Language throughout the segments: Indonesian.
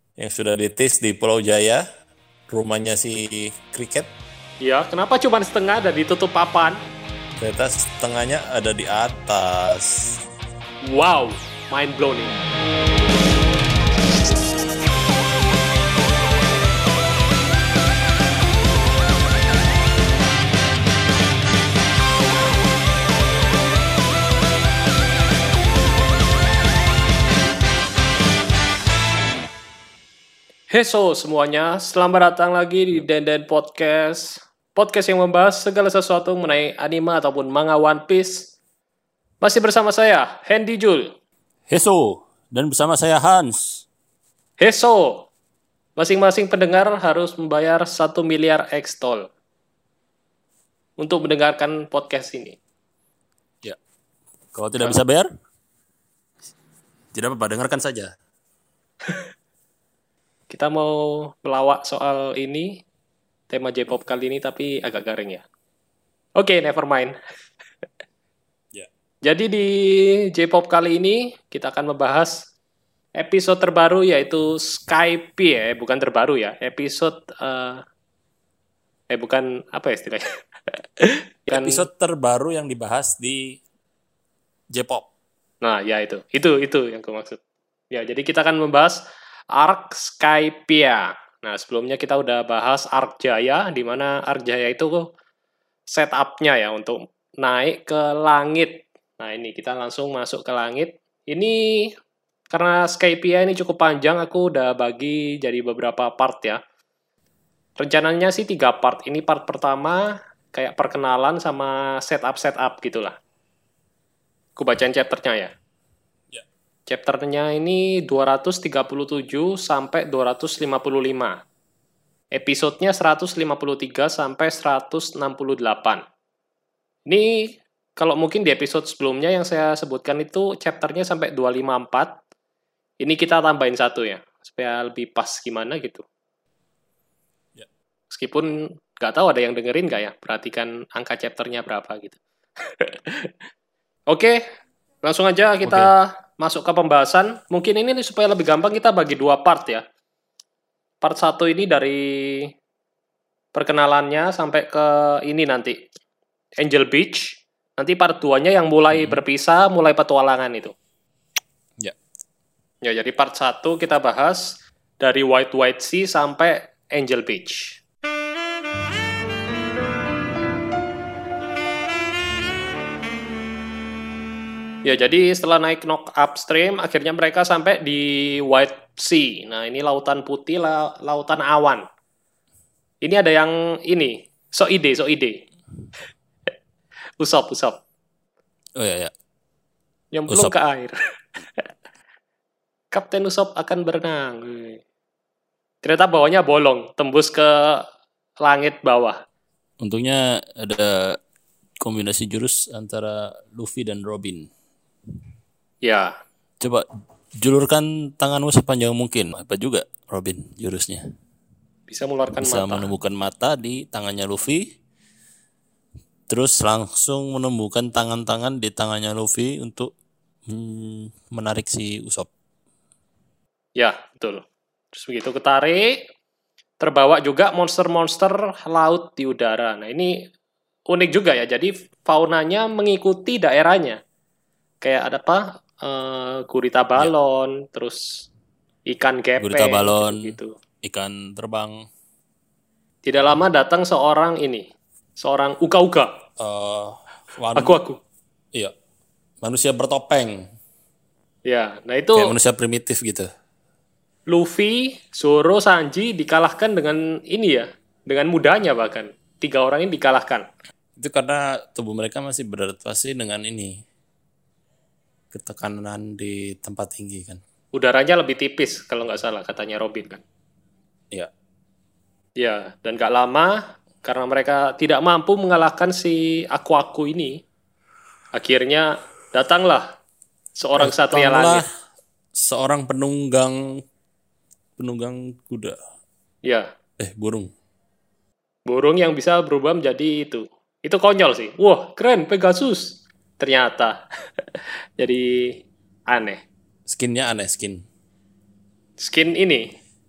yang sudah ditis di Pulau Jaya, rumahnya si Cricket. Ya, kenapa cuma setengah dan ditutup papan? Ternyata setengahnya ada di atas. Wow, mind blown ini. Heso semuanya, selamat datang lagi di Denden Podcast. Podcast yang membahas segala sesuatu mengenai anime ataupun manga One Piece. Masih bersama saya, Hendy Jul. Heso, dan bersama saya Hans. Heso, masing-masing pendengar harus membayar 1 miliar X-Tol untuk mendengarkan podcast ini. Ya, kalau tidak bisa bayar, tidak apa-apa, dengarkan saja. Kita mau melawak soal ini, tema J-pop kali ini, tapi agak garing ya. Oke, never mind. Ya. Jadi di J-pop kali ini, kita akan membahas episode terbaru, yaitu Skype ya. Bukan terbaru ya, episode... bukan, apa ya istilahnya? Episode terbaru yang dibahas di J-pop. Nah, ya itu yang gue maksud. Ya, jadi kita akan membahas Arc Skypiea. Nah, sebelumnya kita udah bahas Arc Jaya, di mana Arc Jaya itu setup-nya ya untuk naik ke langit. Nah, ini kita langsung masuk ke langit. Ini karena Skypiea ini cukup panjang, aku udah bagi jadi beberapa part ya. Rencananya sih 3 part. Ini part pertama kayak perkenalan sama setup gitulah. Aku bacain chapternya ya. Chapternya ini 237 sampai 255. Episodenya 153 sampai 168. Ini kalau mungkin di episode sebelumnya yang saya sebutkan itu chapternya sampai 254. Ini kita tambahin 1 ya, supaya lebih pas gimana gitu. Ya. Meskipun nggak tahu ada yang dengerin nggak ya, perhatikan angka chapternya berapa gitu. Oke, langsung aja kita masuk ke pembahasan. Mungkin ini supaya lebih gampang kita bagi 2 part ya. Part 1 ini dari perkenalannya sampai ke ini nanti Angel Beach. Nanti part 2-nya yang mulai berpisah, mulai petualangan itu. Ya. Ya, jadi part 1 kita bahas dari White Sea sampai Angel Beach. Ya, jadi setelah naik knock upstream, akhirnya mereka sampai di White Sea. Nah, ini lautan putih, lautan awan. Ini ada yang ini, Soide. Usop. Oh ya. Yang belum ke air. Kapten Usop akan berenang. Ternyata bawahnya bolong, tembus ke langit bawah. Untungnya ada kombinasi jurus antara Luffy dan Robin. Ya. Coba julurkan tanganmu sepanjang mungkin. Apa juga Robin jurusnya? Bisa mengeluarkan Bisa mata. menemukan mata di tangannya Luffy. Terus langsung menemukan tangan-tangan di tangannya Luffy untuk menarik si Usopp. Ya, betul. Terus begitu ketarik, terbawa juga monster-monster laut di udara. Nah, ini unik juga ya. Jadi faunanya mengikuti daerahnya. Kayak ada apa? Gurita balon, terus ikan gepeng, Gurita balon, gitu. ikan terbang. Tidak lama datang seorang uga-uga. Aku. Iya, manusia bertopeng. Ya, nah itu kayak manusia primitif gitu. Luffy, Zoro, Sanji dikalahkan dengan ini ya, dengan mudahnya bahkan. 3 orang ini dikalahkan. Itu karena tubuh mereka masih beradaptasi dengan ini. Ketekanan di tempat tinggi kan. Udaranya lebih tipis kalau nggak salah katanya Robin kan. Iya. Ya, dan nggak lama karena mereka tidak mampu mengalahkan si aku ini. Akhirnya datanglah seorang satria langit. Seorang penunggang kuda. Ya. Burung. Burung yang bisa berubah menjadi itu. Itu konyol sih. Wah, keren Pegasus. Ternyata jadi aneh. Skinnya aneh, skin Skin ini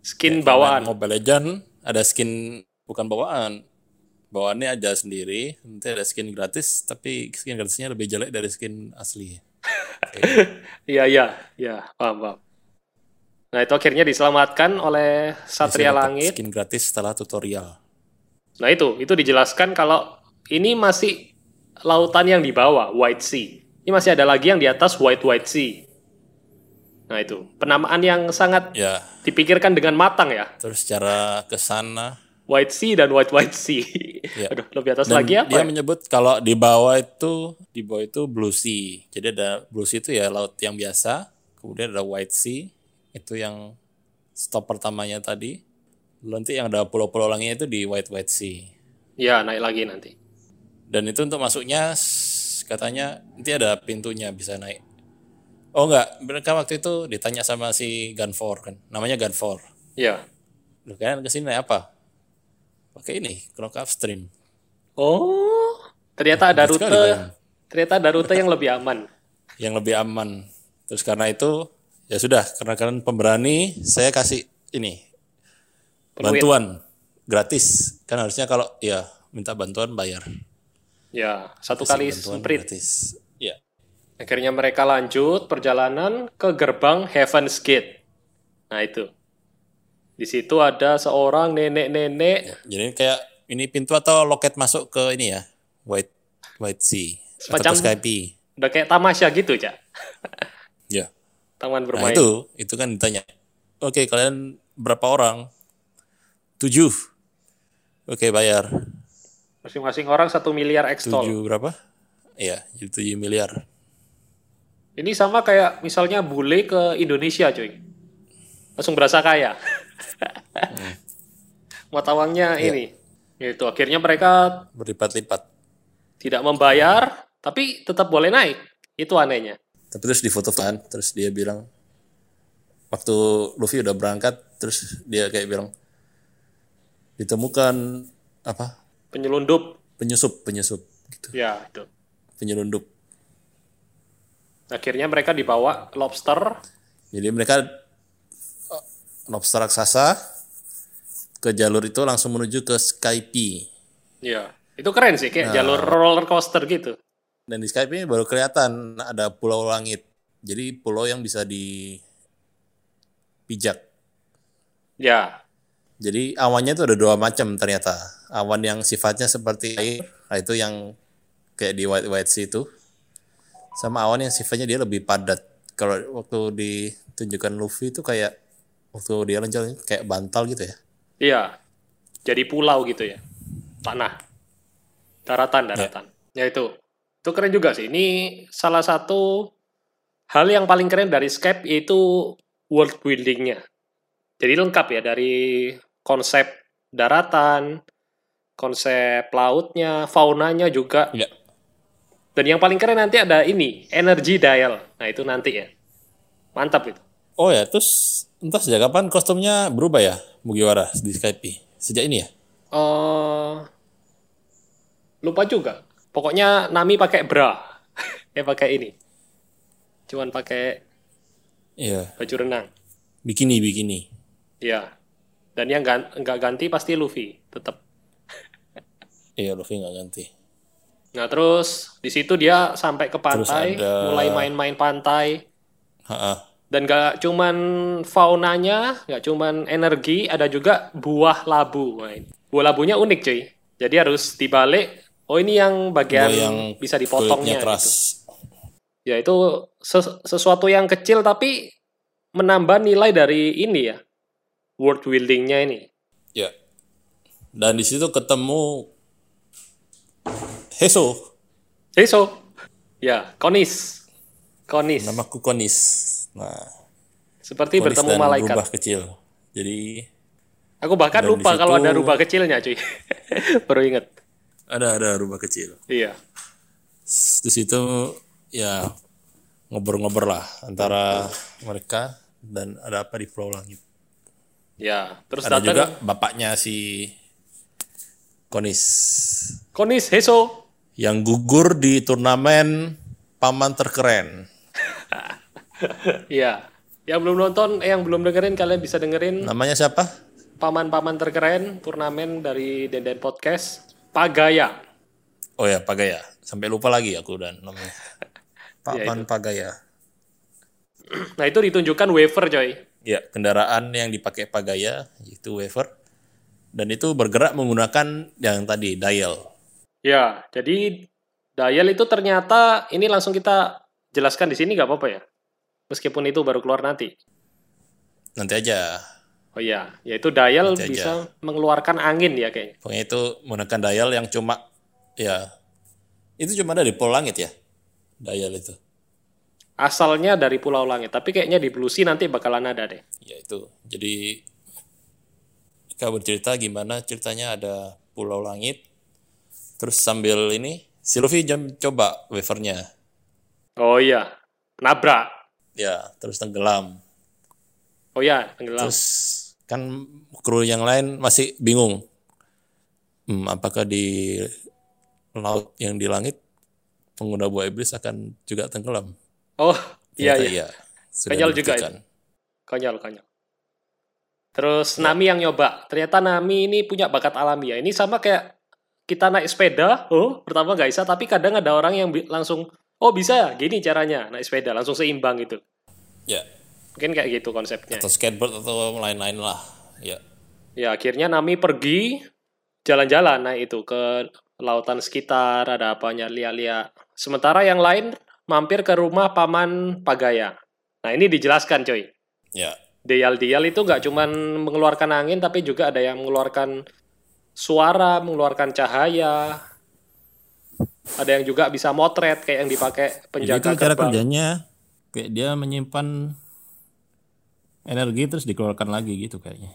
Skin Kalau main bawaan. Mobile Legend ada skin bukan bawaan. Bawaannya aja sendiri, nanti ada skin gratis, tapi skin gratisnya lebih jelek dari skin asli. Kayak gitu. Iya, paham. Nah, itu akhirnya diselamatkan oleh Biasanya Satria dapat Langit. skin gratis setelah tutorial. Nah, itu dijelaskan kalau ini masih lautan yang di bawah, White Sea. Ini masih ada lagi yang di atas White Sea. Nah, itu penamaan yang sangat Ya, dipikirkan dengan matang ya. terus cara ke sana. White Sea dan White Sea. Ya. Aduh, lebih atas Dan lagi apa dia ya? menyebut kalau di bawah itu Blue Sea. Jadi ada Blue Sea itu ya laut yang biasa, kemudian ada White Sea itu yang stop pertamanya tadi. Lalu nanti yang ada pulau-pulau lainnya itu di White Sea. Ya, naik lagi nanti. Dan itu untuk masuknya katanya nanti ada pintunya bisa naik. Oh enggak, mereka waktu itu ditanya sama si Gunfor kan, namanya Gunfor. Ya. Loh kalian kesini naik apa? Pakai ini, Clock Upstream. Oh, ternyata ada Hebat sekali rute. kalian. Ternyata ada rute yang lebih aman. Yang lebih aman. Terus karena itu ya sudah, karena kalian pemberani, saya kasih ini Peluit. bantuan gratis. Kan harusnya kalau ya minta bantuan bayar. Ya, satu Kasih kali bantuan semprit. gratis. Ya. Akhirnya mereka lanjut perjalanan ke gerbang Heaven's Gate. Nah, itu. Di situ ada seorang nenek-nenek Jadi kayak ini pintu atau loket masuk ke ini ya, White Sea atau Semacam- ke Skype. udah kayak tamasya gitu, Cak. Ya. Taman Nah bermain. itu kan ditanya. Oke, kalian berapa orang? 7. Oke, bayar. Masing-masing orang 1 miliar ekstol. 7 berapa? Iya, jadi 7 miliar. Ini sama kayak misalnya bule ke Indonesia, cuy. Langsung berasa kaya. Mata uangnya ini. Itu akhirnya mereka Berlipat-lipat. tidak membayar, tapi tetap boleh naik. Itu anehnya. Tapi terus difoto kan, terus dia bilang waktu Luffy udah berangkat, terus dia kayak bilang ditemukan apa? Penyelundup. Penyusup gitu. Ya, itu. Penyelundup. Akhirnya mereka dibawa lobster. Jadi mereka lobster raksasa ke jalur itu langsung menuju ke Skype. Ya, itu keren sih, kayak jalur roller coaster gitu. Dan di Skype ini baru kelihatan ada pulau langit. Jadi pulau yang bisa dipijak. Ya, Jadi awannya itu ada 2 macam ternyata. Awan yang sifatnya seperti air, nah itu yang kayak di White Sea itu. Sama awan yang sifatnya dia lebih padat. Kalau waktu ditunjukkan Luffy itu kayak waktu dia loncat kayak bantal gitu ya. iya. Jadi pulau gitu ya. Tanah. Daratan. Ya itu. Itu keren juga sih. Ini salah satu hal yang paling keren dari Skype yaitu world building-nya. Jadi lengkap ya dari konsep daratan, konsep lautnya, faunanya juga. Ya. Dan yang paling keren nanti ada ini, energy dial. Nah, itu nanti ya. Mantap itu. Oh ya, terus entah sejak kapan kostumnya berubah ya Mugiwara di Skype? Sejak ini ya? Lupa juga. Pokoknya Nami pakai bra. Pakai ini. Cuman pakai Iya, baju renang. bikini. Ya. Dan yang nggak ganti pasti Luffy. Tetap. Iya, Luffy nggak ganti. Nah, terus di situ dia sampai ke pantai, ada- mulai main-main pantai. Ha-ha. Dan gak cuman faunanya, gak cuman energi, ada juga buah labu. Nah, ini. Buah labunya unik cuy. Jadi harus dibalik. Oh ini yang bagian Buah yang bisa dipotongnya. kulitnya keras. Gitu. Ya itu sesuatu yang kecil tapi menambah nilai dari ini ya. World building-nya ini. Ya. Dan di situ ketemu Heso. Ya, Konis. Namaku Konis. Nah, Seperti Konis bertemu dan malaikat. rubah kecil. Jadi Aku bahkan dan lupa di kalau situ- ada rubah kecilnya cuy. Baru inget. ada rubah kecil. Iya. Di situ ya ngobrol-ngobrol lah antara mereka dan ada apa di Pulau Langit. Ya, terus Ada juga datang bapaknya si Konis Konis Heso. yang gugur di turnamen paman terkeren. Iya. Yang belum nonton, yang belum dengerin, kalian bisa dengerin Namanya siapa? paman-paman terkeren turnamen dari Denden Podcast. Pagaya. Oh ya, Pagaya. Sampai lupa lagi aku dan namanya. Pak Ya itu. Man Pagaya. Nah itu ditunjukkan wafer coy. Ya, kendaraan yang dipakai Pagaya itu wafer. Dan itu bergerak menggunakan yang tadi dial. Ya, jadi dial itu ternyata ini langsung kita jelaskan di sini nggak apa-apa ya? Meskipun itu baru keluar nanti. Nanti aja. Oh iya, yaitu dial Nanti bisa mengeluarkan angin ya kayaknya. Pokoknya itu menggunakan dial yang cuma ya itu cuma ada di Pulau Langit ya. Dial itu. Asalnya dari Pulau Langit, tapi kayaknya di Blue Sea nanti bakalan ada deh. Ya itu. Jadi kita bercerita gimana ceritanya ada Pulau Langit. Terus sambil ini si Luffy coba wafernya. Oh iya, nabrak. Ya, terus tenggelam. Oh iya, tenggelam. Terus kan kru yang lain masih bingung. Apakah di laut yang di langit pengguna buah iblis akan juga tenggelam? Oh iya Ternyata iya, iya. Sudah konyol juga itu. dibuktikan. Konyol. Terus Ya. Nami yang nyoba. Ternyata Nami ini punya bakat alami ya. Ini sama kayak kita naik sepeda. Oh, pertama nggak bisa, tapi kadang ada orang yang langsung, oh bisa ya, gini caranya naik sepeda, langsung seimbang gitu. Ya, Mungkin kayak gitu konsepnya. atau skateboard atau lain-lain lah. Ya. Ya, akhirnya Nami pergi jalan-jalan naik itu ke lautan sekitar, ada apanya, lihat-lihat. Sementara yang lain mampir ke rumah paman Pagaya. Nah, ini dijelaskan coy. Ya. Dial itu nggak cuman mengeluarkan angin, tapi juga ada yang mengeluarkan suara, mengeluarkan cahaya. Ada yang juga bisa motret kayak yang dipakai Jadi penjaga itu cara gerbang. kerjanya kayak dia menyimpan energi terus dikeluarkan lagi gitu kayaknya.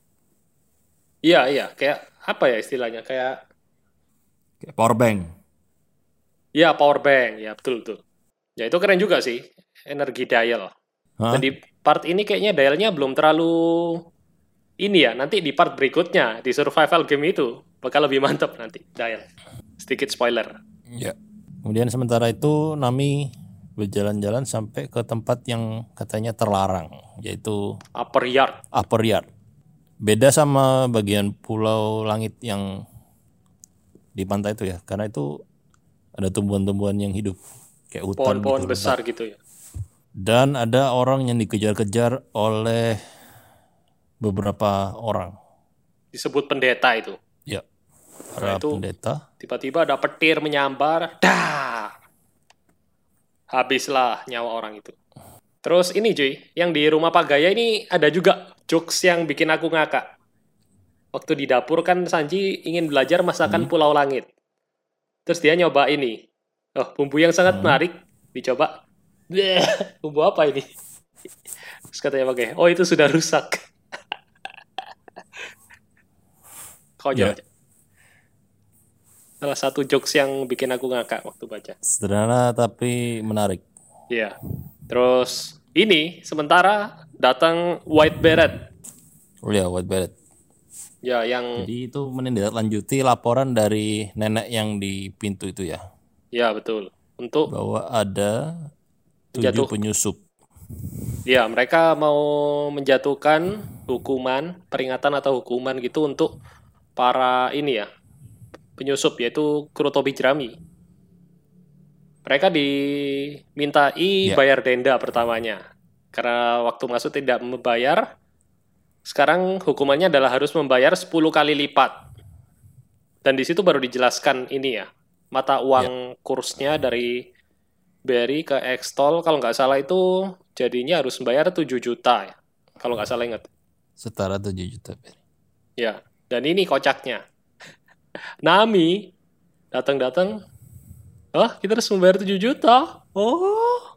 Iya, kayak apa ya istilahnya? Kayak Kayak power bank. ya power bank, ya betul. Ya itu keren juga sih, energi dial. Hah? Dan di part ini kayaknya dialnya belum terlalu ini ya. Nanti di part berikutnya di survival game itu bakal lebih mantap nanti dial. Sedikit spoiler. Ya. Kemudian sementara itu Nami berjalan-jalan sampai ke tempat yang katanya terlarang, yaitu Upper Yard. Upper Yard. Beda sama bagian Pulau Langit yang di pantai itu ya, karena itu ada tumbuhan-tumbuhan yang hidup kayak hutan Pohon-pohon gitu, besar lebat. gitu ya. Dan ada orang yang dikejar-kejar oleh beberapa orang. Disebut pendeta itu. Ya, Nah, para itu pendeta. tiba-tiba ada petir menyambar. Dah. Habislah nyawa orang itu. Terus ini cuy, yang di rumah Pak Gaya ini ada juga jokes yang bikin aku ngakak. Waktu di dapur kan Sanji ingin belajar masakan Pulau Langit. Terus dia nyoba ini. Oh, bumbu yang sangat menarik. Dicoba. Bleh, bumbu apa ini? Terus katanya Pak Gaya, oh itu sudah rusak. Konyol. Ya. Salah satu jokes yang bikin aku ngakak waktu baca. Sederhana tapi menarik. Iya. Terus ini sementara datang White Beret. Oh ya, White Beret. Ya, yang Jadi itu menindaklanjuti laporan dari nenek yang di pintu itu ya, ya betul. Untuk bahwa ada 7 Jatuh. penyusup. ya mereka mau menjatuhkan hukuman, peringatan atau hukuman gitu untuk para ini ya, penyusup yaitu Kurotobi Jerami. Mereka dimintai Ya. bayar denda pertamanya. Karena waktu masuk tidak membayar, sekarang hukumannya adalah harus membayar 10 kali lipat. Dan di situ baru dijelaskan ini ya, mata uang kursnya dari BRI ke Extol, kalau nggak salah itu jadinya harus membayar 7 juta ya. Kalau nggak salah ingat. Setara 7 juta. Ya, dan ini kocaknya. Nami datang-datang, kita harus membayar 7 juta. Oh.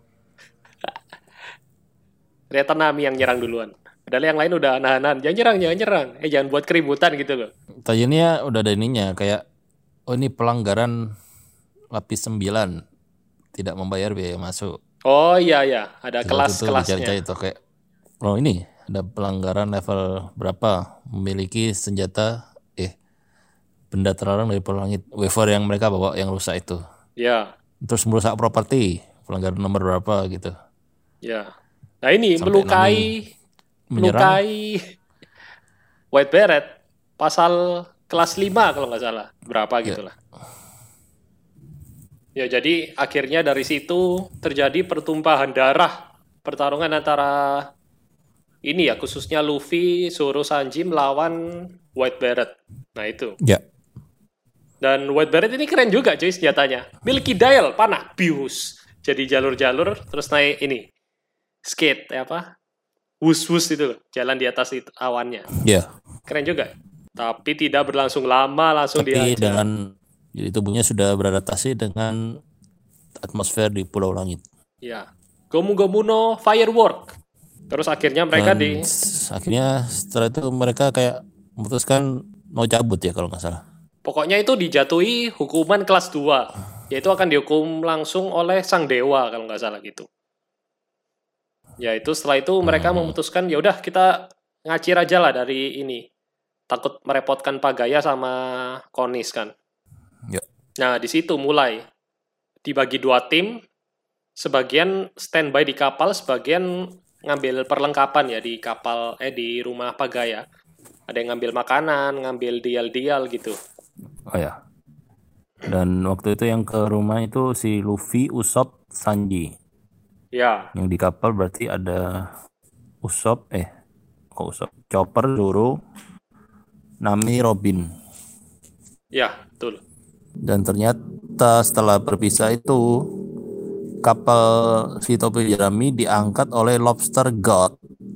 Ternyata Nami yang nyerang duluan. Padahal yang lain udah nahan-nahan. Jangan nyerang. Jangan buat keributan gitu loh. Tadinya udah ada ininya kayak, oh ini pelanggaran lapis 9, tidak membayar biaya masuk. Oh iya, ada Jelas itu kelas-kelasnya. dicari-cari tuh kayak, oh ini ada pelanggaran level berapa, memiliki senjata benda terlarang dari Pulau Langit, wafer yang mereka bawa yang rusak itu. Ya, Terus merusak properti, pelanggaran nomor berapa gitu. ya. Nah ini Sampai Nami menyerang. melukai White Beret pasal kelas 5 kalau nggak salah. Berapa Ya. gitulah. Ya jadi akhirnya dari situ terjadi pertumpahan darah. Pertarungan antara ini ya khususnya Luffy, Zoro, Sanji melawan White Beret. Nah itu. Ya. Dan White Beret ini keren juga cuy senjatanya. Milky Dial, panah, bius. Jadi jalur-jalur terus naik ini. Skate, apa? Wus-wus itu loh. Jalan di atas itu, awannya. Ya. Keren juga. Tapi tidak berlangsung lama, langsung Tapi dihajar. dengan jadi tubuhnya sudah beradaptasi dengan atmosfer di Pulau Langit. Ya. Gomu Gomu no Firework. Terus akhirnya mereka Dan akhirnya setelah itu mereka kayak memutuskan mau cabut ya kalau nggak salah. pokoknya itu dijatuhi hukuman kelas 2. Yaitu akan dihukum langsung oleh sang dewa kalau nggak salah gitu. Ya itu setelah itu mereka memutuskan ya udah kita ngacir aja lah dari ini. Takut merepotkan Pagaya sama Konis kan. Ya. Nah di situ mulai dibagi 2 tim. Sebagian standby di kapal, sebagian ngambil perlengkapan ya di kapal di rumah Pagaya. Ada yang ngambil makanan, ngambil dial-dial gitu. Oh ya. Dan waktu itu yang ke rumah itu si Luffy, Usopp, Sanji. Ya, Yang di kapal berarti ada Usopp, Usopp, Chopper, Zoro, Nami, Robin. ya betul. Dan ternyata setelah berpisah itu kapal si Topi Jerami diangkat oleh Lobster God.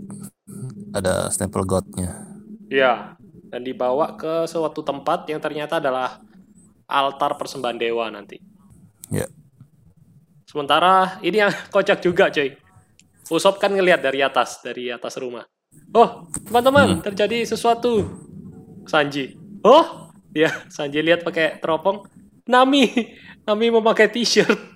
Ada stempel Godnya. Ya, dan dibawa ke suatu tempat yang ternyata adalah altar persembahan dewa nanti. Ya. Sementara ini yang kocak juga cuy. Usopp kan ngelihat dari atas rumah. Oh, teman-teman, terjadi sesuatu. Sanji. Oh, ya, Sanji lihat pakai teropong. Nami memakai t-shirt.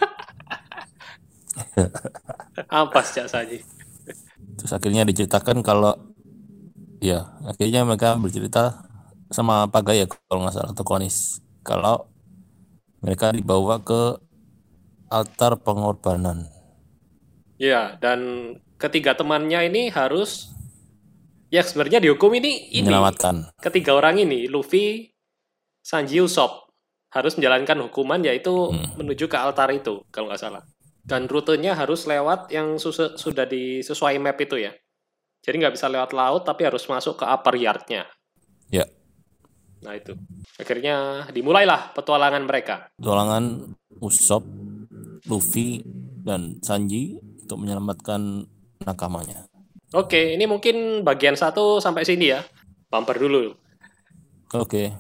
Ampas Cak Sanji. Terus akhirnya diceritakan kalau ya akhirnya mereka bercerita sama Pagaya kalau nggak salah atau Konis kalau mereka dibawa ke altar pengorbanan. Ya, dan ketiga temannya ini harus ya sebenarnya dihukum ini Menyelamatkan. ketiga orang ini Luffy, Sanji, Usopp harus menjalankan hukuman yaitu menuju ke altar itu kalau nggak salah. Dan rutenya harus lewat yang sudah disesuai map itu ya. Jadi nggak bisa lewat laut tapi harus masuk ke upper yard-nya. Ya. Nah itu. Akhirnya dimulailah petualangan mereka. Petualangan Usopp, Luffy, dan Sanji untuk menyelamatkan nakamanya. Oke, ini mungkin bagian 1 sampai sini ya. Bumper dulu. Oke.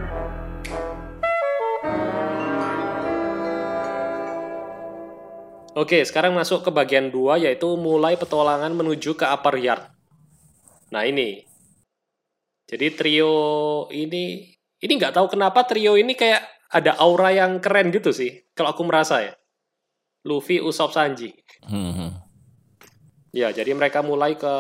Oke, sekarang masuk ke bagian 2 yaitu mulai petualangan menuju ke upper yard. Nah ini. Jadi trio ini nggak tahu kenapa trio ini kayak ada aura yang keren gitu sih. Kalau aku merasa ya. Luffy, Usopp, Sanji. Ya, jadi mereka mulai ke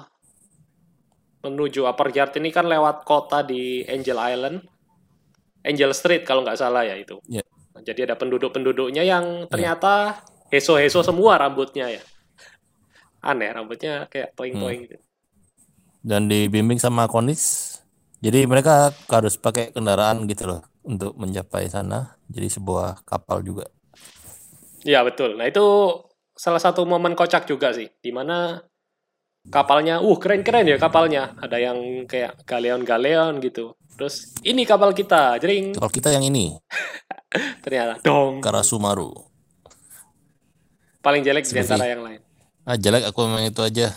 menuju upper yard ini kan lewat kota di Angel Island. Angel Street kalau nggak salah ya itu. Ya. Nah, jadi ada penduduk-penduduknya yang ternyata heso-heso semua rambutnya ya. Aneh, rambutnya kayak toing-toing gitu. Dan dibimbing sama Konis. Jadi mereka harus pakai kendaraan gitu loh untuk mencapai sana. Jadi sebuah kapal juga. Iya, betul. Nah, itu salah satu momen kocak juga sih. Dimana kapalnya, keren-keren ya kapalnya. Ada yang kayak galeon-galeon gitu. Terus, ini kapal kita, jering. Kalau kita yang ini, Ternyata, dong. Karasumaru. Paling jelek di antara yang lain. Jelek aku memang itu aja.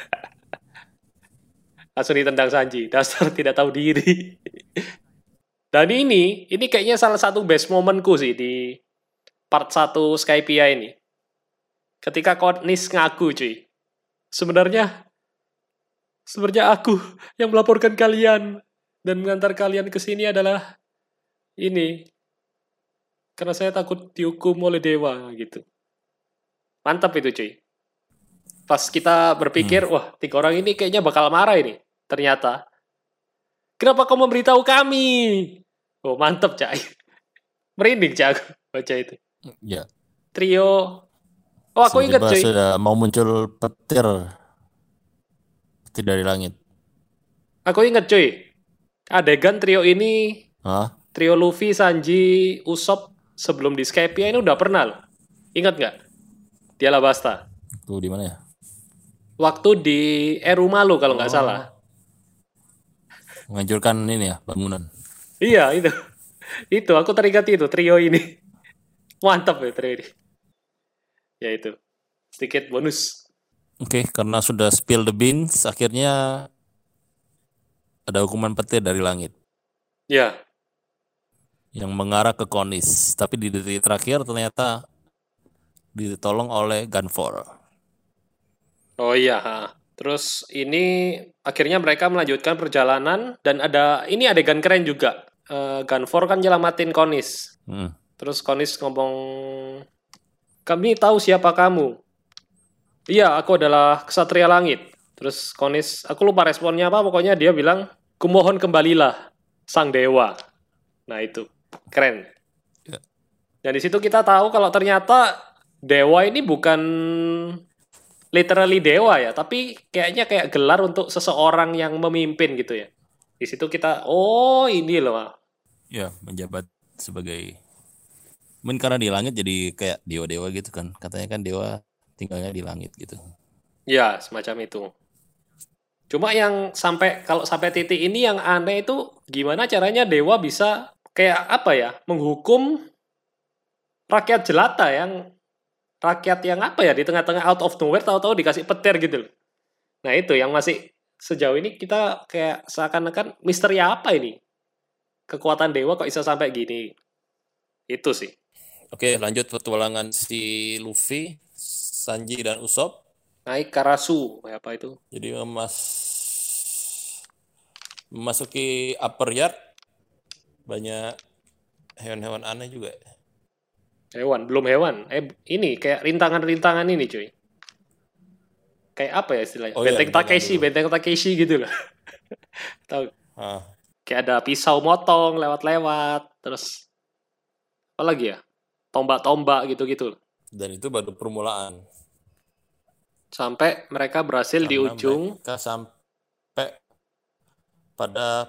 Langsung ditendang Sanji. Dasar tidak tahu diri. Dan ini kayaknya salah satu best momenku sih di part 1 Skypiea ini. Ketika Konis ngaku cuy. Sebenarnya aku yang melaporkan kalian dan mengantar kalian ke sini adalah ini. Karena saya takut dihukum oleh dewa gitu. Mantap itu cuy. Pas kita berpikir, wah 3 orang ini kayaknya bakal marah ini. Ternyata, kenapa kau memberitahu kami? Oh mantap cai. Merinding cai aku baca itu. Ya. Trio Oh, aku ingat Tiba-tiba cuy. sudah mau muncul petir dari langit. Aku ingat cuy. Adegan trio ini, Hah? trio Luffy, Sanji, Usopp sebelum di Skypiea ini udah pernah loh. Ingat nggak? Di Alabasta. Tuh di mana ya? Waktu di Erumalu kalau nggak salah. Oh, menghancurkan ini ya, bangunan. Iya, itu. Itu, aku teringat itu, trio ini. Mantap ya trio ini. Ya itu. Sedikit bonus. Oke, karena sudah spill the beans, akhirnya ada hukuman petir dari langit Ya, yang mengarah ke Konis. Tapi di detik terakhir ternyata ditolong oleh Gunfor. oh iya. Ha. Terus ini akhirnya mereka melanjutkan perjalanan dan ini adegan keren juga. Gunfor kan nyelamatin Konis. Hmm. Terus Konis ngomong, kami tahu siapa kamu. Iya, aku adalah Ksatria Langit. Terus Konis, aku lupa responnya apa, pokoknya dia bilang, kumohon kembalilah, sang dewa. Nah itu, keren. Ya. Dan di situ kita tahu kalau ternyata dewa ini bukan literally dewa ya, tapi kayaknya kayak gelar untuk seseorang yang memimpin gitu ya. Di situ kita, oh ini loh. Ya, menjabat sebagai, mungkin karena di langit jadi kayak dewa-dewa gitu kan. Katanya kan dewa tinggalnya di langit gitu. Ya, semacam itu. Cuma yang kalau sampai titik ini yang aneh itu gimana caranya dewa bisa kayak apa ya, menghukum rakyat jelata rakyat yang apa ya, di tengah-tengah out of nowhere tahu-tahu dikasih petir gitu loh. Nah, itu yang masih sejauh ini kita kayak seakan-akan misteri apa ini? Kekuatan dewa kok bisa sampai gini? Itu sih. Oke, lanjut petualangan si Luffy, Sanji dan Usopp. Naik Karasu, apa itu? Jadi memasuki upper yard, banyak hewan-hewan aneh juga. Hewan, belum hewan. Ini kayak rintangan-rintangan ini, cuy. Kayak apa ya istilahnya? Oh iya, Benteng Takeshi gitu loh. Tahu? Ah, Kayak ada pisau motong lewat-lewat, terus apa lagi ya? Tombak-tombak gitu-gitu. dan itu baru permulaan. Sampai mereka berhasil di Karena ujung. mereka sampai pada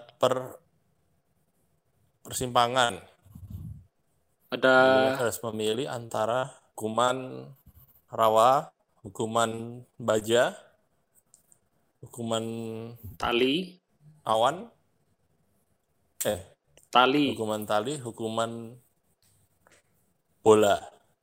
persimpangan. Ada Jadi mereka harus memilih antara hukuman rawa, hukuman baja, hukuman tali, awan, tali. hukuman tali, hukuman bola.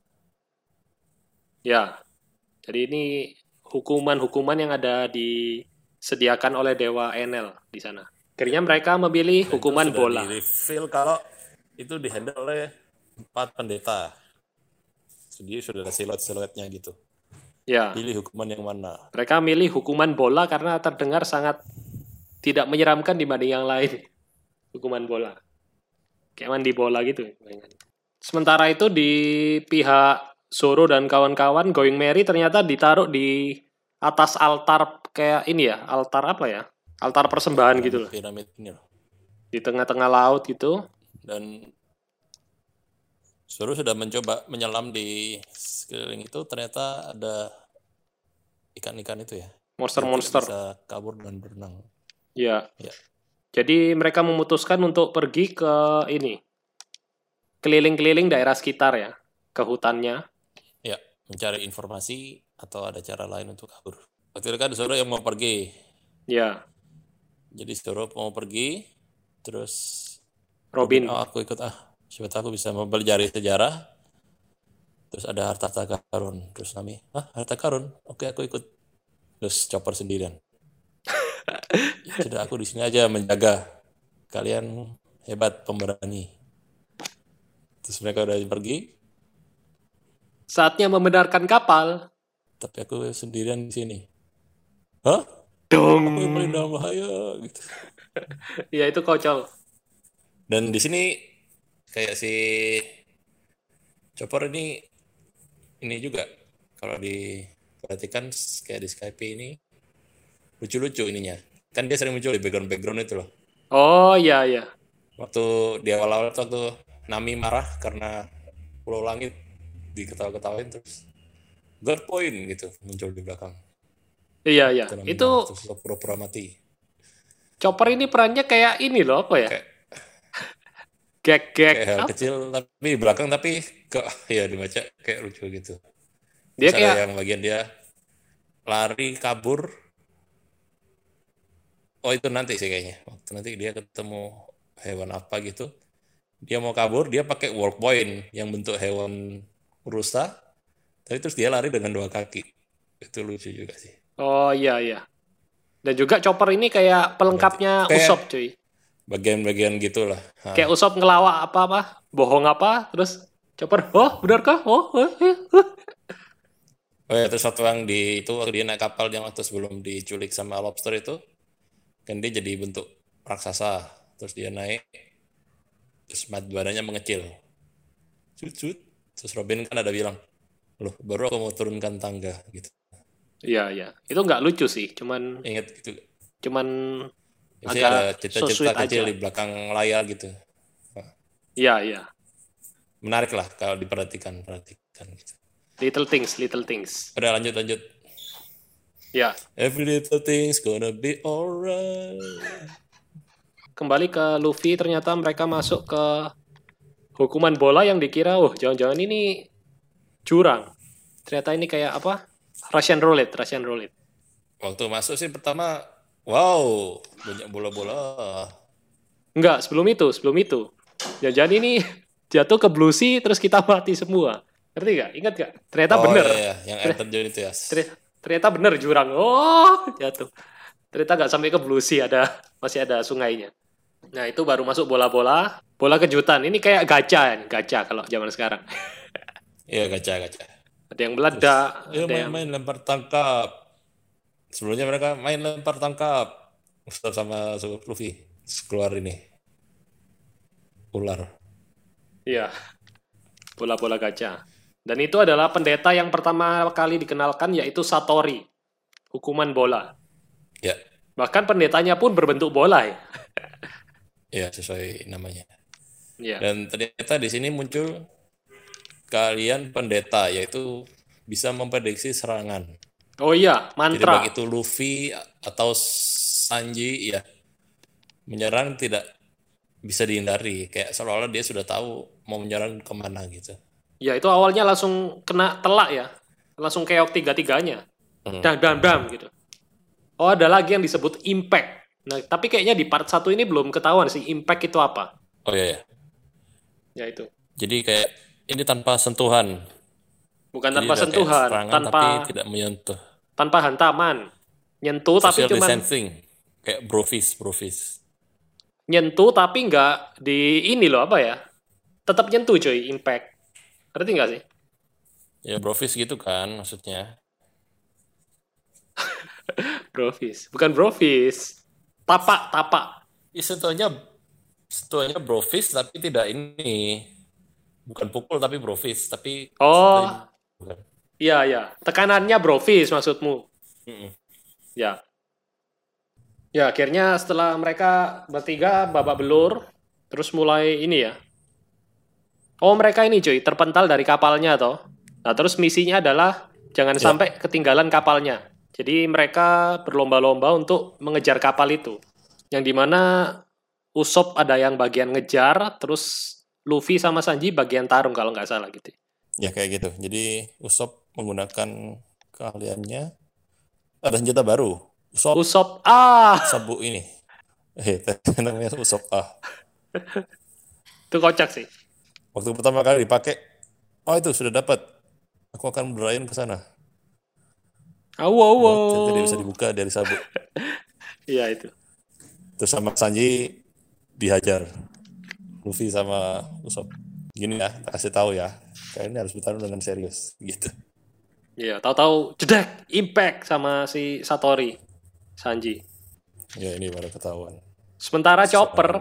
Ya. Jadi ini hukuman-hukuman yang ada disediakan oleh Dewa Enel di sana. Akhirnya mereka memilih hukuman Itu bola. sudah di-reveal kalau itu dihandle oleh 4 pendeta. Jadi sudah ada siluet-siluetnya gitu. Ya. Pilih hukuman yang mana. Mereka milih hukuman bola karena terdengar sangat tidak menyeramkan dibanding yang lain. Hukuman bola. Kayak mandi bola gitu. Sementara itu di pihak Zoro dan kawan-kawan Going Merry ternyata ditaruh di atas altar kayak ini ya. Altar apa ya? Altar persembahan gitu loh. Piramid ini loh. Di tengah-tengah laut gitu. Dan Zoro sudah mencoba menyelam di sekeliling itu, ternyata ada ikan-ikan itu ya. Monster-monster. Bisa kabur dan berenang. Ya. Ya. Jadi mereka memutuskan untuk pergi ke ini. Keliling-keliling daerah sekitar ya. Ke hutannya. Ya, mencari informasi atau ada cara lain untuk kabur. Waktu itu kan Zoro yang mau pergi. Ya. Jadi Zoro mau pergi, terus Robin. Oh, aku ikut siapa tahu aku bisa mempelajari sejarah. Terus ada harta karun. Terus Nami, harta karun? Oke, aku ikut. Terus Chopper sendirian. Ya, sudah, aku di sini aja menjaga. Kalian hebat, pemberani. Terus mereka udah pergi. Saatnya membenarkan kapal. Tapi aku sendirian di sini. Hah? Dong. Aku yang paling dalam bahaya gitu. Ya itu kocok. Dan di sini kayak si Chopper ini juga kalau diperhatikan kayak di Skype ini lucu-lucu ininya. Kan dia sering muncul di background itu loh. Oh iya iya. Waktu di awal-awal waktu Nami marah karena Pulau Langit diketawa-ketawain, terus guard point gitu muncul di belakang. Iya, iya. Itu Itu terus lo pura-pura mati. Chopper ini perannya kayak ini loh, apa ya? Kayak Gag-gag. hal Apa? kecil tapi di belakang tapi ya dibaca kayak lucu gitu. Dia Terus ada kayak, yang bagian dia lari kabur. Oh itu nanti sih kayaknya. Waktu nanti dia ketemu hewan apa gitu. Dia mau kabur, dia pakai walk point yang bentuk hewan rusa. Tapi terus dia lari dengan 2 kaki. Itu lucu juga sih. oh iya, iya. Dan juga Chopper ini kayak pelengkapnya Kayak Usopp, cuy. bagian-bagian gitulah. Nah, Kayak Usopp ngelawak apa-apa, bohong apa, terus Chopper, oh benarkah? Oh, oh ya, terus satu yang di itu waktu dia naik kapal yang waktu sebelum diculik sama lobster itu kan dia jadi bentuk raksasa. Terus dia naik, terus badannya mengecil. Cut. Terus Robin kan ada bilang, loh baru aku mau turunkan tangga gitu. iya, iya. Itu nggak lucu sih, cuman Ingat gitu. Jadi ada agak so cerita-cerita sweet kecil aja. di belakang layar gitu. Iya, iya. Menarik lah kalau diperhatikan gitu. Little things. Udah lanjut. Ya, Every little thing's gonna be alright. kembali ke Luffy, ternyata mereka masuk ke hukuman bola yang dikira, jangan-jangan ini jurang. Ternyata ini kayak apa? Russian roulette. Waktu masuk sih pertama, wow, banyak bola-bola. Enggak, sebelum itu. Jangan-jangan ini jatuh ke Blue Sea, terus kita mati semua. Ngerti nggak? Ingat nggak? Ternyata bener. Iya, yang air terjun itu ya. Ternyata bener jurang. Oh, jatuh. Ternyata nggak sampai ke Blue Sea, masih ada sungainya. Nah, itu baru masuk bola-bola. Bola kejutan. Ini kayak gacha kalau zaman sekarang. Iya, gacha. Ada yang meledak, Iya, ada yang... main lempar tangkap. Sebelumnya mereka main lempar tangkap. Ustaz sama Luffy keluar ini ular. Iya, bola-bola gacha. Dan itu adalah pendeta yang pertama kali dikenalkan, yaitu Satori. Hukuman bola. Ya, Bahkan pendetanya pun berbentuk bola ya. ya sesuai namanya. Iya. Dan ternyata di sini muncul kalian pendeta, yaitu bisa memprediksi serangan. Oh iya, Jadi mantra. baik itu Luffy atau Sanji ya menyerang tidak bisa dihindari, kayak seolah-olah dia sudah tahu mau menyerang kemana gitu. Ya, itu awalnya langsung kena telak ya. Langsung keok tiga-tiganya. Dam gitu. Oh, ada lagi yang disebut impact. Nah, tapi kayaknya di part 1 ini belum ketahuan sih impact itu apa. Oh iya ya. Ya itu. Jadi kayak ini tanpa sentuhan. Bukan Jadi tanpa udah kayak sentuhan, serangan tapi tidak menyentuh. tanpa hantaman. Nyentuh tapi Social cuman distancing, kayak brofist. nyentuh tapi nggak di ini loh apa ya? Tetap nyentuh coy, impact. Ngerti nggak sih? Ya brofist gitu kan maksudnya. Brofist. Bukan brofist. Tapak. Ya, sentuhannya brofist tapi tidak ini. Bukan pukul tapi brofist, tapi Oh, bukan. iya. Tekanannya brofist maksudmu. Ya. Ya, akhirnya setelah mereka bertiga babak belur, terus mulai ini ya. Oh, mereka ini cuy, terpental dari kapalnya toh. Nah, terus misinya adalah jangan sampai ketinggalan kapalnya. Jadi mereka berlomba-lomba untuk mengejar kapal itu. Yang dimana Usopp ada yang bagian ngejar, terus Luffy sama Sanji bagian tarung kalau nggak salah gitu. Ya kayak gitu. Jadi Usopp menggunakan keahliannya. Ada senjata baru. Usopp, sabuk ini. Namanya Usopp itu kocak sih. Waktu pertama kali dipakai, oh itu sudah dapat. Aku akan berlayar ke sana. Ternyata dia bisa dibuka dari sabuk. Iya itu. Terus sama Sanji dihajar. Luffy sama Usopp. Gini ya, kasih tahu ya. Kalian harus bertarung dengan serius gitu. Iya, tahu-tahu jedek, impact sama si Satori, Sanji. Ya ini baru ketahuan. Sementara Chopper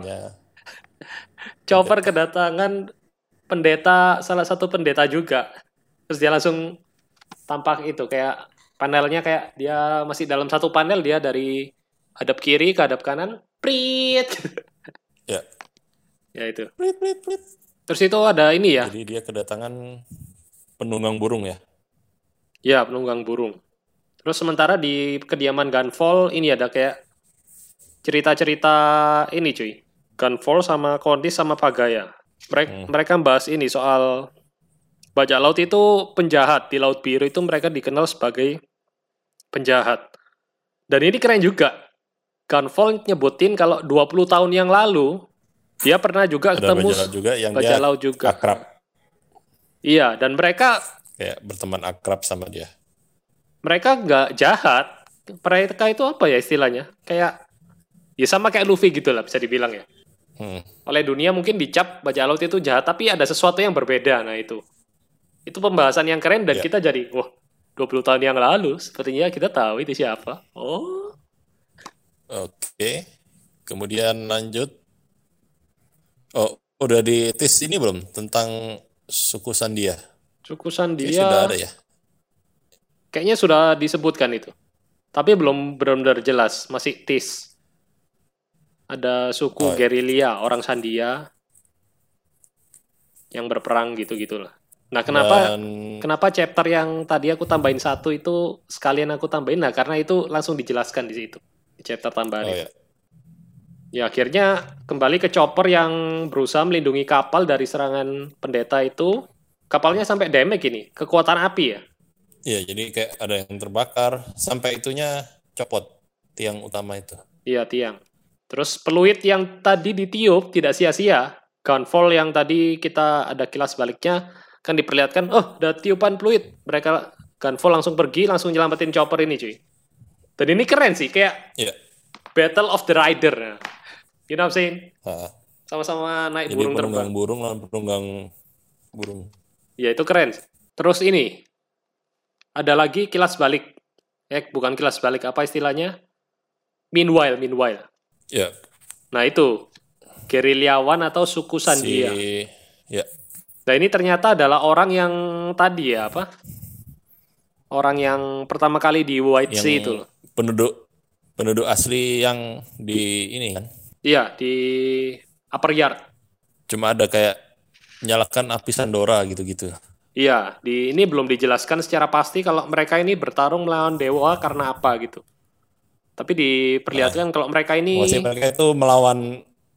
kedatangan salah satu pendeta juga. Terus dia langsung tampak itu kayak panelnya kayak dia masih dalam satu panel, dia dari hadap kiri ke hadap kanan, prit. Ya. Ya itu. Prit. Terus itu ada ini ya. Jadi dia kedatangan penunggang burung ya. Ya, penunggang burung. Terus sementara di kediaman Gunfall ini ada kayak cerita-cerita ini cuy. Gunfall sama Kondis sama Pagaya. Mereka bahas ini soal bajak laut itu penjahat. Di Laut Biru itu mereka dikenal sebagai penjahat. Dan ini keren juga. Gunfall nyebutin kalau 20 tahun yang lalu dia pernah juga Ada ketemu bajak laut juga yang bajak dia laut juga. akrab, Iya, dan mereka kayak berteman akrab sama dia. nggak jahat. Mereka itu apa ya istilahnya? Kayak ya sama kayak Luffy gitu lah bisa dibilang ya. Oleh dunia mungkin dicap bajak laut itu jahat, tapi ada sesuatu yang berbeda. Nah itu pembahasan yang keren dan Ya. kita jadi, wah 20 tahun yang lalu sepertinya kita tahu itu siapa. Oh, Oke. Kemudian lanjut. Oh, udah di tes ini belum tentang suku Sandia? suku Kayaknya sudah ada Sandia ya. kayaknya sudah disebutkan itu. Tapi belum benar-benar jelas, masih tease. Ada suku Oh, gerilya, orang Sandia yang berperang gitu-gitulah. Nah, dan kenapa chapter yang tadi aku tambahin 1 itu sekalian aku tambahin? Nah, karena itu langsung dijelaskan di situ. Di chapter tambahan oh itu. ya. Ya, akhirnya kembali ke Chopper yang berusaha melindungi kapal dari serangan pendeta itu. Kapalnya sampai damage ini, kekuatan api ya. Iya, jadi kayak ada yang terbakar sampai itunya copot tiang utama itu. Iya, tiang. Terus peluit yang tadi ditiup tidak sia-sia. Gunfall yang tadi kita ada kilas baliknya kan diperlihatkan, oh, ada tiupan peluit. Mereka Gunfall langsung pergi, langsung nyelamatin Chopper ini, cuy. Dan ini keren sih, kayak Iya. Battle of the Rider. Nah. You know what I'm saying? Ha. Sama-sama naik Jadi burung penunggang terbang. burung lawan penunggang burung. Ya, itu keren. Terus ini, ada lagi kilas balik. Bukan kilas balik, apa istilahnya? Meanwhile. Ya, Nah, itu. Gerilyawan atau suku Sandia. ya, Nah, ini ternyata adalah orang yang tadi ya, apa? Orang yang pertama kali di White Sea itu yang loh. penduduk asli yang di ini kan. Iya, di Upper Yard. Cuma ada kayak nyalakan api Sandora gitu-gitu. Iya, ini belum dijelaskan secara pasti kalau mereka ini bertarung melawan dewa karena apa gitu. Tapi diperlihatkan kalau mereka ini Posisi mereka itu melawan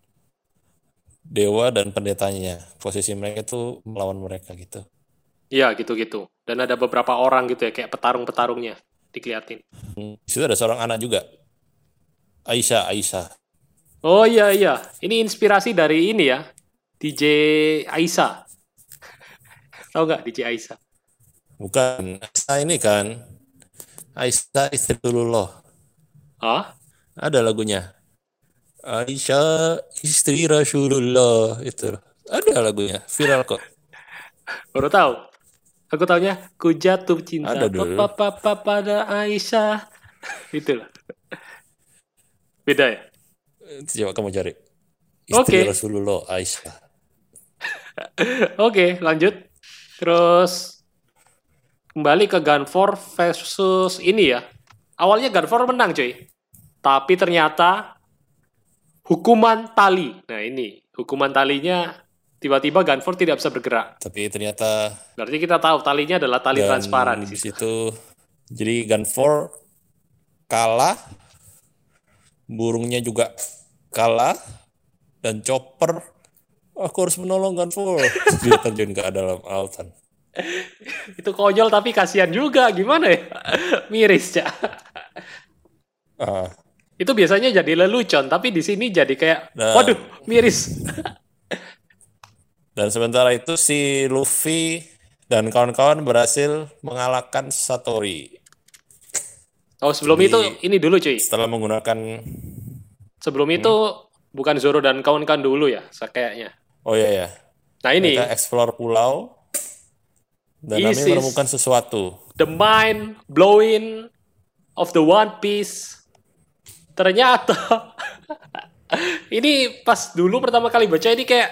dewa dan pendetanya. Posisi mereka itu melawan mereka gitu. iya gitu-gitu. Dan ada beberapa orang gitu ya kayak petarung-petarungnya dikeliatin. Di situ ada seorang anak juga. Aisyah. Oh iya. Ini inspirasi dari ini ya. DJ Aisyah. Tahu nggak DJ Aisyah? Bukan. Aisyah ini kan. Aisyah istri Rasulullah. Hah? Ada lagunya. Aisyah istri Rasulullah itu. Ada lagunya. Viral kok. Baru tahu. Aku taunya ku jatuh cinta Ada dulu. pada Aisyah. Itulah. Beda ya? Coba kamu cari. Istri Oke. Rasulullah Aisyah. Oke, lanjut. Terus kembali ke Gunfall versus ini ya. Awalnya Gunfall menang, cuy. Tapi ternyata hukuman tali. Nah, ini hukuman talinya tiba-tiba Gunfall tidak bisa bergerak. Tapi ternyata Berarti kita tahu talinya adalah tali dan transparan di di situ. situ jadi Gunfall kalah, burungnya juga kalah, dan Chopper, aku harus menolong Gunfall. Dia terjun ke dalam lautan. Itu konyol tapi kasihan juga. Gimana ya? Miris, Cak. Ah, Itu biasanya jadi lelucon, tapi di sini jadi kayak, Nah. waduh, miris. dan sementara itu si Luffy dan kawan-kawan berhasil mengalahkan Satori Oh, sebelum Jadi- itu, ini dulu cuy. setelah menggunakan Sebelum itu, bukan Zoro dan kawan-kawan dulu ya, kayaknya. oh ya Nah ini, mereka explore pulau dan This kami is- menemukan sesuatu. the mind blowing of the One Piece. Ternyata, ini pas dulu pertama kali baca ini kayak,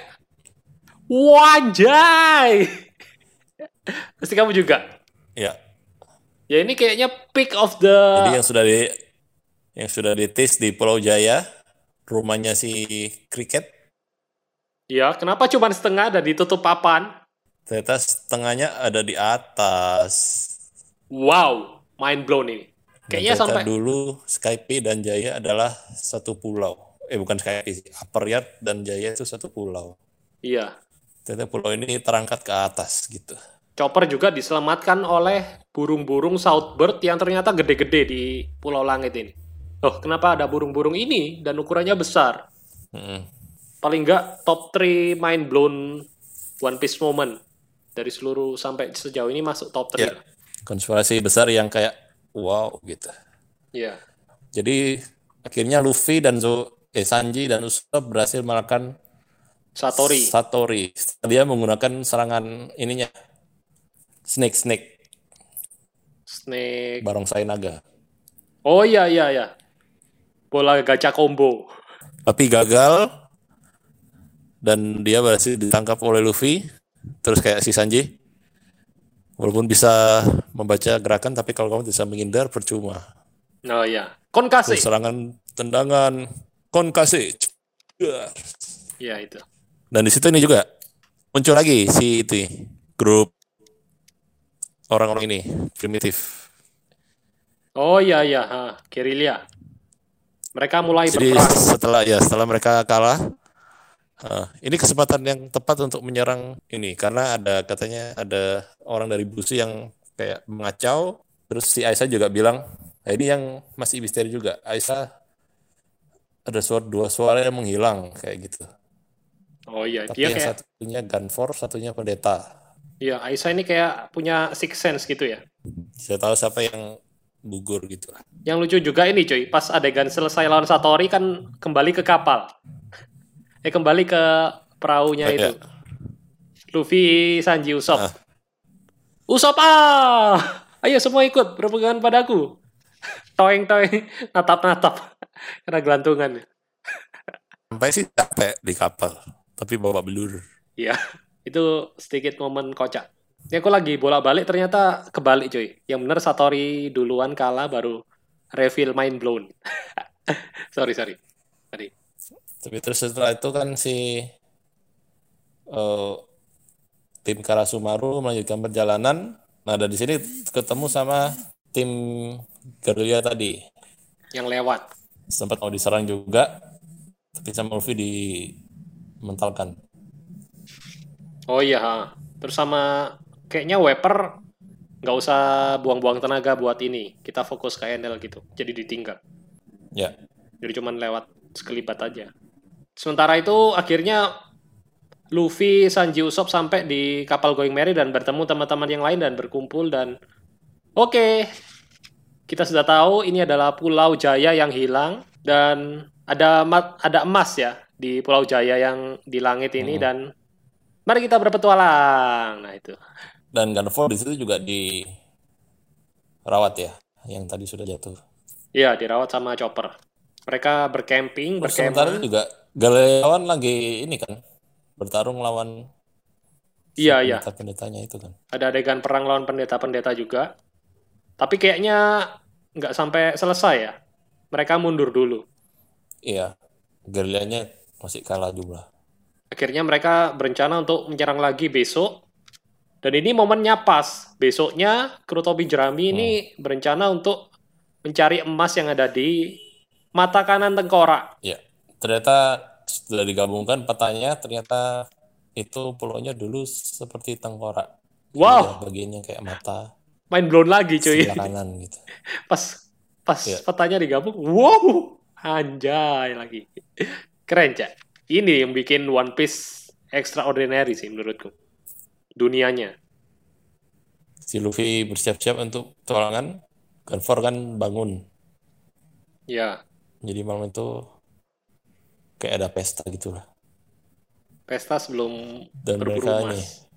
wajay. Pasti kamu juga. Ya, Ya ini kayaknya peak of the... jadi yang sudah ditis di Pulau Jaya, rumahnya si Cricket, Ya, kenapa cuma setengah dan ditutup papan? ternyata setengahnya ada di atas. Wow, mind blown ini. Dan Kayaknya ternyata sampai dulu Skype dan Jaya adalah satu pulau. Bukan Skype, Upper Yard dan Jaya itu satu pulau. iya, Ternyata pulau ini terangkat ke atas gitu. Chopper juga diselamatkan oleh burung-burung Southbird yang ternyata gede-gede di Pulau Langit ini. Oh, kenapa ada burung-burung ini dan ukurannya besar? Mm-mm. Paling nggak top 3 mind blown One Piece moment dari seluruh sampai sejauh ini masuk top 3. Ya, konspirasi besar yang kayak wow gitu. Iya. Jadi akhirnya Luffy dan Sanji dan Usopp berhasil mengalahkan Satori. Dia menggunakan serangan ininya Snake Snake. Barongsai Naga. Oh iya. Bola gacha combo. Tapi gagal dan dia berhasil ditangkap oleh Luffy. Terus kayak si Sanji, walaupun bisa membaca gerakan, tapi kalau kamu bisa menghindar percuma. Oh iya. Konkase. Serangan tendangan Konkase. Iya itu. Dan di situ ini juga muncul lagi si itu grup orang-orang ini primitif. Oh iya. Guerrilla. Mereka mulai Jadi berperang. setelah mereka kalah, ini kesempatan yang tepat untuk menyerang ini karena katanya ada orang dari Bushi yang kayak mengacau. Terus si Aisyah juga bilang, ini yang masih misteri juga. Aisyah ada dua suara yang menghilang kayak gitu. Oh iya, Tapi dia yang kayak satunya Gunfor, satunya pendeta. iya, Aisyah ini kayak punya sixth sense gitu ya. Saya tahu siapa yang gugur gitu lah. Yang lucu juga ini cuy, pas adegan selesai lawan Satori kan kembali ke kapal. Kembali ke perahunya itu. Ya. Luffy, Sanji, Usopp. Ah. Usopp ayo semua ikut berpegangan padaku. Toeng, natap. Karena gelantungan. Sampai sih capek di kapal, tapi bawa belur. Iya, itu sedikit momen kocak. Ini aku lagi bolak-balik ternyata kebalik cuy. Yang bener Satori duluan kalah baru reveal mind blown. sorry. Tadi. Tapi terus setelah itu kan si tim Karasumaru melanjutkan perjalanan. Nah, dari sini ketemu sama tim Guerrilla tadi. Yang lewat. Sempat mau diserang juga, tapi sama Luffy dimentalkan. Oh iya, terus sama kayaknya Weper nggak usah buang-buang tenaga buat ini. Kita fokus ke Enel gitu. Jadi ditinggal. Ya. Jadi cuman lewat sekelibat aja. Sementara itu akhirnya Luffy, Sanji, Usopp sampai di kapal Going Merry dan bertemu teman-teman yang lain dan berkumpul dan oke. Kita sudah tahu ini adalah Pulau Jaya yang hilang dan ada emas ya di Pulau Jaya yang di langit ini dan mari kita berpetualang. Nah itu. Dan Gunfor di situ juga dirawat ya, yang tadi sudah jatuh. Iya, dirawat sama Chopper. Mereka bercamping, Sementara itu juga Galleon lagi ini kan bertarung lawan Iya. pendeta-pendetanya itu kan. Ada adegan perang lawan pendeta-pendeta juga. Tapi kayaknya nggak sampai selesai ya. Mereka mundur dulu. Iya, Guerrillanya masih kalah jumlah. Akhirnya mereka berencana untuk menyerang lagi besok. Dan ini momennya pas. Besoknya kru topi jerami ini berencana untuk mencari emas yang ada di mata kanan tengkorak. Iya, ternyata sudah digabungkan petanya, ternyata itu pulaunya dulu seperti tengkorak. Wow. Bagiannya kayak mata. Main blown lagi cuy. Sebelah kanan gitu. Pas petanya digabung, wow, anjay lagi. Keren, Cak. Ini yang bikin One Piece extraordinary sih menurutku. Dunianya. Si Luffy bersiap-siap untuk petualangan, Gunfor kan bangun. Ya. Jadi malam itu kayak ada pesta gitu lah. Pesta sebelum dan mereka ini.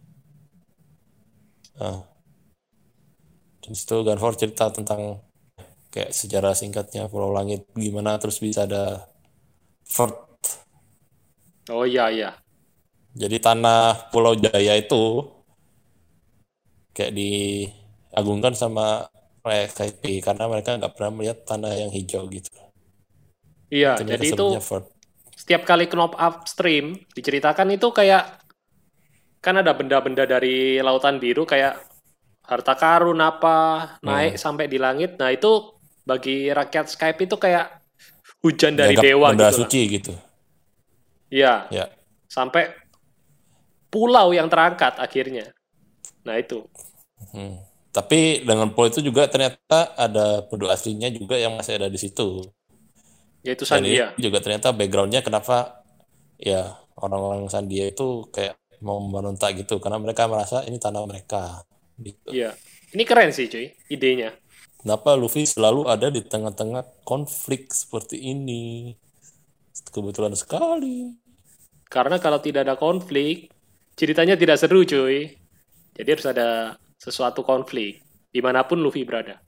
Dan situ Gunfor cerita tentang kayak sejarah singkatnya Pulau Langit gimana terus bisa ada fort. Oh iya. Jadi tanah Pulau Jaya itu kayak diagungkan sama Skype karena mereka nggak pernah melihat tanah yang hijau gitu. Iya, jadi itu setiap kali knop upstream diceritakan itu kayak kan ada benda-benda dari lautan biru kayak harta karun apa naik sampai di langit. Nah itu bagi rakyat Skype itu kayak hujan dari Dianggap dewa benda gitu lah. suci gitu. Iya, Ya. sampai pulau yang terangkat akhirnya. Nah itu. Tapi dengan pulau itu juga ternyata ada penduduk aslinya juga yang masih ada di situ. Yaitu Dan ini Sandia. juga ternyata backgroundnya kenapa ya orang-orang Sandia itu kayak mau memberontak gitu karena mereka merasa ini tanah mereka. Gitu. Iya. Ini keren sih cuy, idenya. Kenapa Luffy selalu ada di tengah-tengah konflik seperti ini? Kebetulan sekali. Karena kalau tidak ada konflik, ceritanya tidak seru cuy. Jadi harus ada sesuatu konflik dimanapun Luffy berada.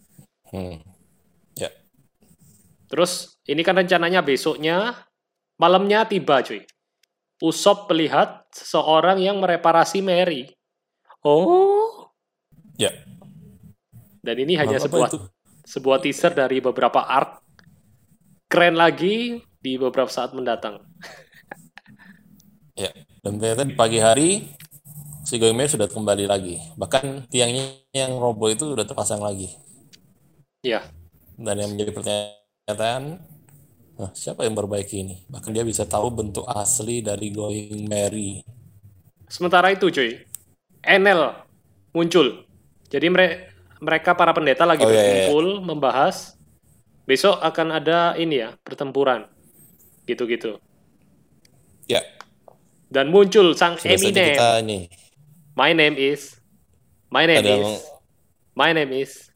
Ya. Terus ini kan rencananya besoknya malamnya tiba cuy. Usopp melihat seseorang yang mereparasi Mary. Oh. Ya. Dan ini hanya Apa itu? sebuah teaser dari beberapa arc. Keren lagi di beberapa saat mendatang. Ya. Dan ternyata di pagi hari si Going Merry sudah kembali lagi. Bahkan tiangnya yang roboh itu sudah terpasang lagi. Ya. Dan yang menjadi pertanyaan, siapa yang memperbaiki ini? Bahkan dia bisa tahu bentuk asli dari Going Merry. Sementara itu cuy, Enel muncul. Jadi mereka para pendeta lagi berkumpul membahas besok akan ada ini ya, pertempuran. Gitu-gitu. Ya. Dan muncul sang Sudah saja Eminem. kita ini. My name is. My name is.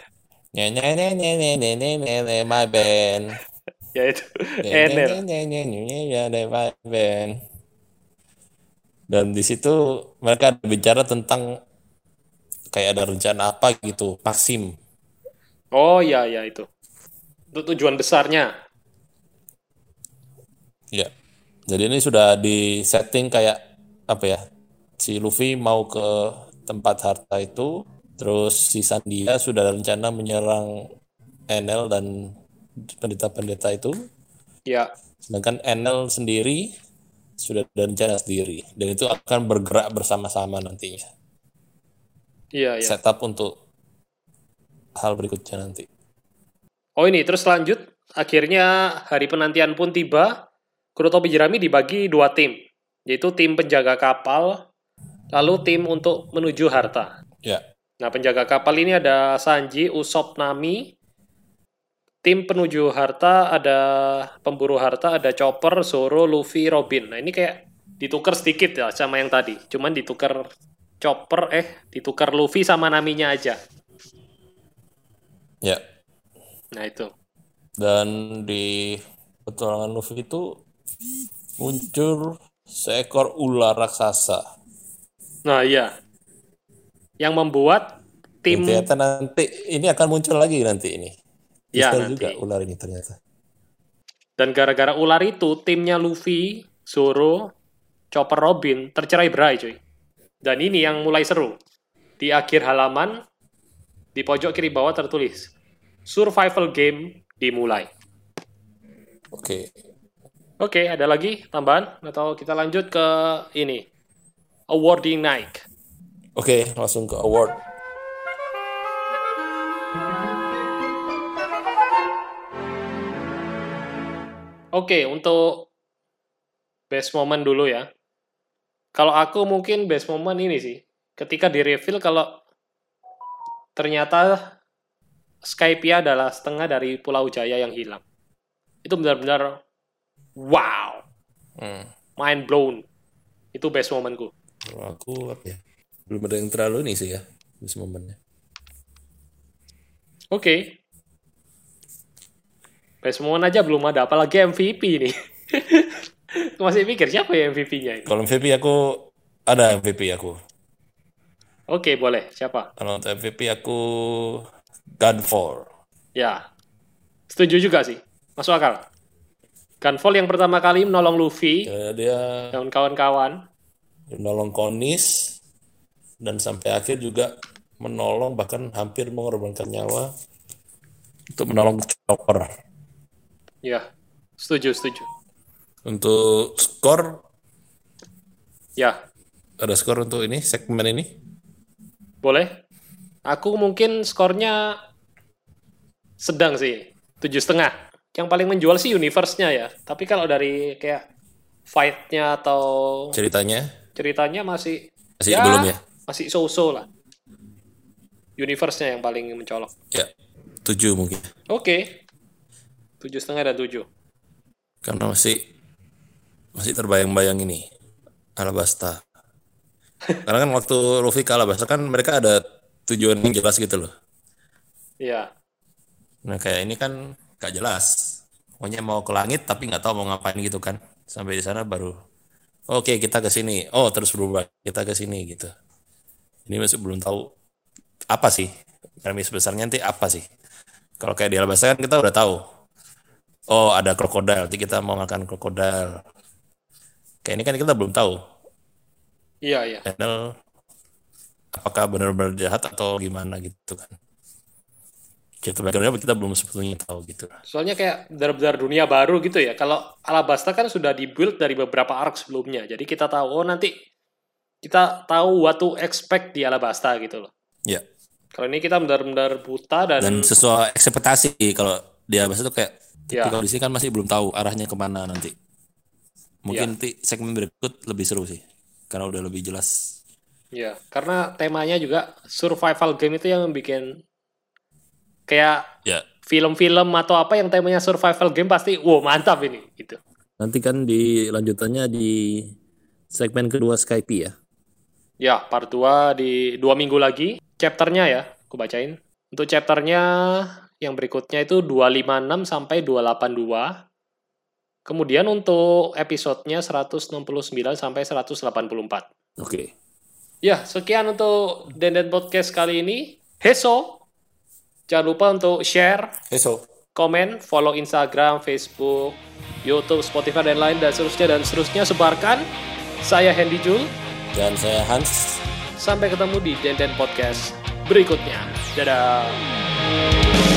My band. Yaitu Enel. My band. Dan di situ mereka bicara tentang kayak ada rencana apa gitu, Maxim. Oh ya itu. Itu tujuan besarnya. Ya. Jadi ini sudah di setting kayak apa ya? Si Luffy mau ke tempat harta itu, terus si Sandia sudah ada rencana menyerang Enel dan pendeta-pendeta itu. Ya. Sedangkan Enel sendiri sudah ada rencana sendiri dan itu akan bergerak bersama-sama nantinya. Iya. Setup untuk hal berikutnya nanti. Oh ini terus lanjut. Akhirnya hari penantian pun tiba. Kurotobi Jerami dibagi 2 tim, yaitu tim penjaga kapal, lalu tim untuk menuju harta. Ya. Nah penjaga kapal ini ada Sanji, Usopp, Nami. Tim penuju harta ada pemburu harta, ada Chopper, Zoro, Luffy, Robin. Nah ini kayak ditukar sedikit ya sama yang tadi. Cuman ditukar ditukar Luffy sama Naminya aja. Ya. Nah itu. Dan di petualangan Luffy itu muncul seekor ular raksasa. Nah iya. Yang membuat tim. Ternyata nanti ini akan muncul lagi nanti ini. Ya nanti. nanti. Juga ular ini ternyata. Dan gara-gara ular itu, timnya Luffy, Zoro, Chopper, Robin tercerai berai cuy. Dan ini yang mulai seru. Di akhir halaman, di pojok kiri bawah tertulis, Survival Game dimulai. Oke, ada lagi tambahan? Atau kita lanjut ke ini, Awarding Night. Oke, langsung ke award. Oke, untuk best moment dulu ya. Kalau aku mungkin best moment ini sih. Ketika di-reveal kalau ternyata Skypiea adalah setengah dari Pulau Jaya yang hilang. Itu benar-benar wow. Mind blown. Itu best momentku. Kalau aku apa ya? Belum ada yang terlalu ini sih ya. Best momennya. Oke. Best moment aja belum ada. Apalagi MVP nih. Masih mikir siapa ya MVP-nya ini? Kalau MVP aku ada MVP aku. Oke, boleh. Siapa? Kalau untuk MVP aku Gunfall. Ya. Setuju juga sih. Masuk akal. Gunfall yang pertama kali menolong Luffy Dia dan kawan-kawan. menolong Konis dan sampai akhir juga menolong bahkan hampir mengorbankan nyawa untuk menolong Chopper. Ya. Setuju. Untuk skor, ya. ada skor untuk ini segmen ini? Boleh? Aku mungkin skornya sedang sih, 7,5. Yang paling menjual sih universe-nya ya. Tapi kalau dari kayak fight-nya atau ceritanya masih belum ya? Masih so-so lah. Universe-nya yang paling mencolok. Ya, 7 mungkin. Oke. 7,5 dan 7. Karena masih terbayang-bayang ini Alabasta. Karena kan waktu Luffy ke Alabasta kan mereka ada tujuan yang jelas gitu loh. Iya. Nah kayak ini kan gak jelas. Pokoknya mau ke langit tapi nggak tahu mau ngapain gitu kan. Sampai di sana baru oke, kita ke sini. Oh, terus berubah. Kita ke sini gitu. Ini masih belum tahu apa sih premis besarnya nanti apa sih. Kalau kayak di Alabasta kan kita udah tahu. Oh, ada krokodil. Nanti kita mau makan krokodil. Kayak ini kan kita belum tahu. Iya. Channel apakah benar-benar jahat atau gimana gitu kan. Cerita backgroundnya kita belum sebetulnya tahu gitu. Soalnya kayak benar-benar dunia baru gitu ya. Kalau Alabasta kan sudah dibuild dari beberapa arc sebelumnya. Jadi kita tahu, nanti kita tahu what to expect di Alabasta gitu loh. Iya. Kalau ini kita benar-benar buta dan sesuai ekspektasi. Kalau di Alabasta tuh kayak kalau di sini kan masih belum tahu arahnya kemana nanti. Mungkin nanti segmen berikut lebih seru sih. Karena udah lebih jelas. Ya, karena temanya juga survival game itu yang bikin kayak film-film atau apa yang temanya survival game pasti wow mantap ini gitu. Nanti kan di lanjutannya di segmen kedua Skype ya. Ya, part 2 di 2 minggu lagi. Chapternya ya, aku bacain. Untuk chapternya yang berikutnya itu 256 sampai 282. Kemudian untuk episodenya 169 sampai 184. Oke. Ya, sekian untuk Denden Podcast kali ini. Heso. Jangan lupa untuk share, komen, follow Instagram, Facebook, YouTube, Spotify, dan lain, dan seterusnya. Sebarkan. Saya Hendy Jul. Dan saya Hans. Sampai ketemu di Denden Podcast berikutnya. Dadah.